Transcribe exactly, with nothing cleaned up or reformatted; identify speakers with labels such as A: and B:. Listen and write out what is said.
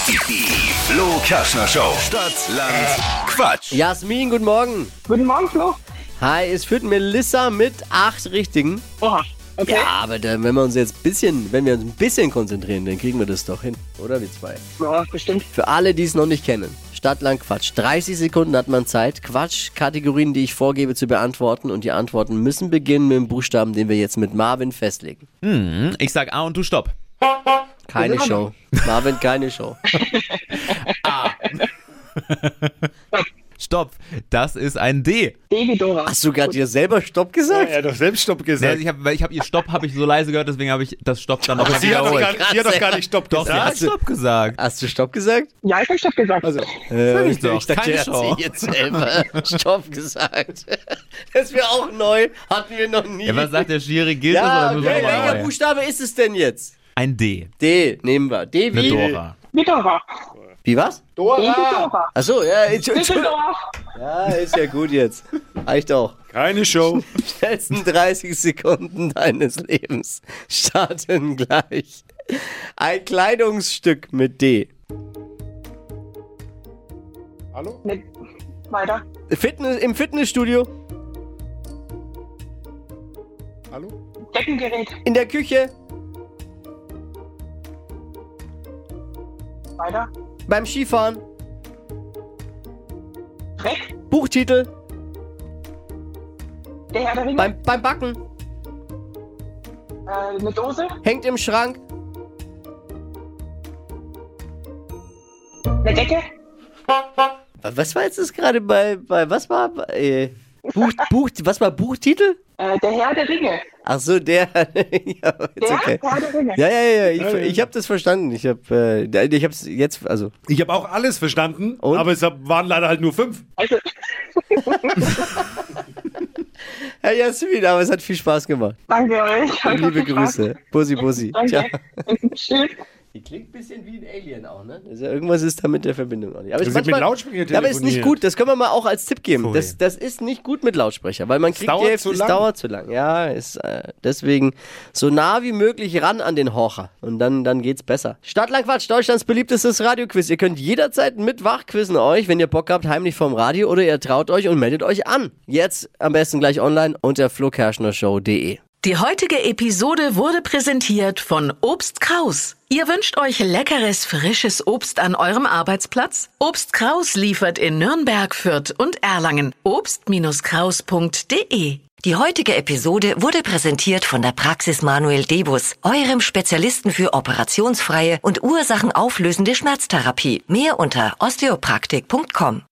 A: Die Flo Kerschner Show. Stadt, Land, Quatsch.
B: Jasmin, guten Morgen.
C: Guten Morgen, Flo.
B: Hi, es führt Melissa mit acht Richtigen.
C: Oha, okay.
B: Ja, aber da, wenn wir uns jetzt ein bisschen, wenn wir uns ein bisschen konzentrieren, dann kriegen wir das doch hin, oder die zwei?
C: Ja, bestimmt.
B: Für alle, die es noch nicht kennen. Stadt, Land, Quatsch. dreißig Sekunden hat man Zeit, Quatsch-Kategorien, die ich vorgebe, zu beantworten. Und die Antworten müssen beginnen mit dem Buchstaben, den wir jetzt mit Marvin festlegen.
D: Hm, ich sag A und du stopp.
B: Keine Show. Marvin, keine Show.
D: Stopp, das ist ein D.
C: D wie Dora.
B: Hast du gerade dir selber Stopp gesagt?
E: Er hat doch selbst Stopp
D: Nee,
E: gesagt.
D: also ich habe ich hab ihr Stopp habe ich so leise gehört, deswegen habe ich das Stopp dann noch mal
E: Sie hat, doch
D: wiederholt.
E: gar, sie hat doch gar nicht Stopp
D: Doch, sie
E: gesagt.
D: hat Stopp gesagt.
B: Hast du Stopp gesagt?
C: Ja, ich hab Stopp gesagt.
E: Also,
B: Äh,
D: ich doch, keine
B: er hat
D: Show.
B: sie jetzt selber Stopp gesagt. Das wäre auch neu. Hatten wir noch nie.
D: Ja, was sagt der Schiri? Gilt
B: Ja,
D: das oder
B: okay,
D: nur
B: welcher
D: neu?
B: Buchstabe ist es denn jetzt?
D: Ein D.
B: D, nehmen wir. D
D: Eine
B: wie?
D: Dora.
C: Wie Dora.
B: Wie was?
C: D wie Dora.
B: Achso, ja, Entschuldigung.
C: Düsseldorf.
B: Ja, ist ja gut jetzt. Reicht auch.
E: keine Show.
B: Schnellsten dreißig Sekunden deines Lebens starten gleich. Ein Kleidungsstück mit D.
E: Hallo?
C: Mit. Weiter.
B: Fitness, im Fitnessstudio,
E: Hallo?
C: Deckengerät.
B: in der Küche,
C: Weiter.
B: beim Skifahren,
C: Dreck.
B: Buchtitel,
C: Der Herr der Ringe.
B: beim, beim Backen,
C: Äh, eine Dose.
B: hängt im Schrank,
C: Eine Decke.
B: was war jetzt das gerade bei, bei, was war, äh, Buch, Buch, was war Buchtitel?
C: Äh, der Herr der Ringe.
B: Ach so, der, ja, ist
C: Der
B: okay.
C: Herr der Ringe.
B: Ja, ja, ja, ich, ich habe das verstanden. Ich habe, äh, ich habe es jetzt, also,
E: Ich habe auch alles verstanden,
B: Und?
E: aber es waren leider halt nur fünf.
C: Also,
B: Herr Jasmin, aber es hat viel Spaß gemacht.
C: danke euch. Hat
B: Liebe
C: viel Spaß.
B: Grüße. Bussi, Bussi.
C: Danke. Tschüss.
B: Die klingt ein bisschen wie ein Alien auch, ne? Also irgendwas ist da mit der Verbindung auch nicht. Aber,
E: Wir
B: es
E: sind mit
B: manchmal-
E: Lautsprecher
B: Ja, aber ist nicht
E: telefoniert.
B: gut. Das können wir mal auch als Tipp geben.
D: Pfui.
B: Das, das ist nicht gut mit Lautsprecher, weil man kriegt
E: dauert
B: die Hälfte,
E: zu
B: es
E: lang.
B: dauert zu lang. Ja, ist äh, deswegen so nah wie möglich ran an den Horcher. Und dann, dann geht's besser. Stadtland Quatsch, Deutschlands beliebtestes Radioquiz. Ihr könnt jederzeit mit wachquizzen euch, wenn ihr Bock habt, heimlich vom Radio, oder ihr traut euch und meldet euch an. Jetzt am besten gleich online unter flo kerschner show punkt de.
F: Die heutige Episode wurde präsentiert von Obst Kraus. Ihr wünscht euch leckeres, frisches Obst an eurem Arbeitsplatz? Obst Kraus liefert in Nürnberg, Fürth und Erlangen. obst kraus punkt de.
G: Die heutige Episode wurde präsentiert von der Praxis Manuel Debus, eurem Spezialisten für operationsfreie und ursachenauflösende Schmerztherapie. Mehr unter osteopraktik punkt com.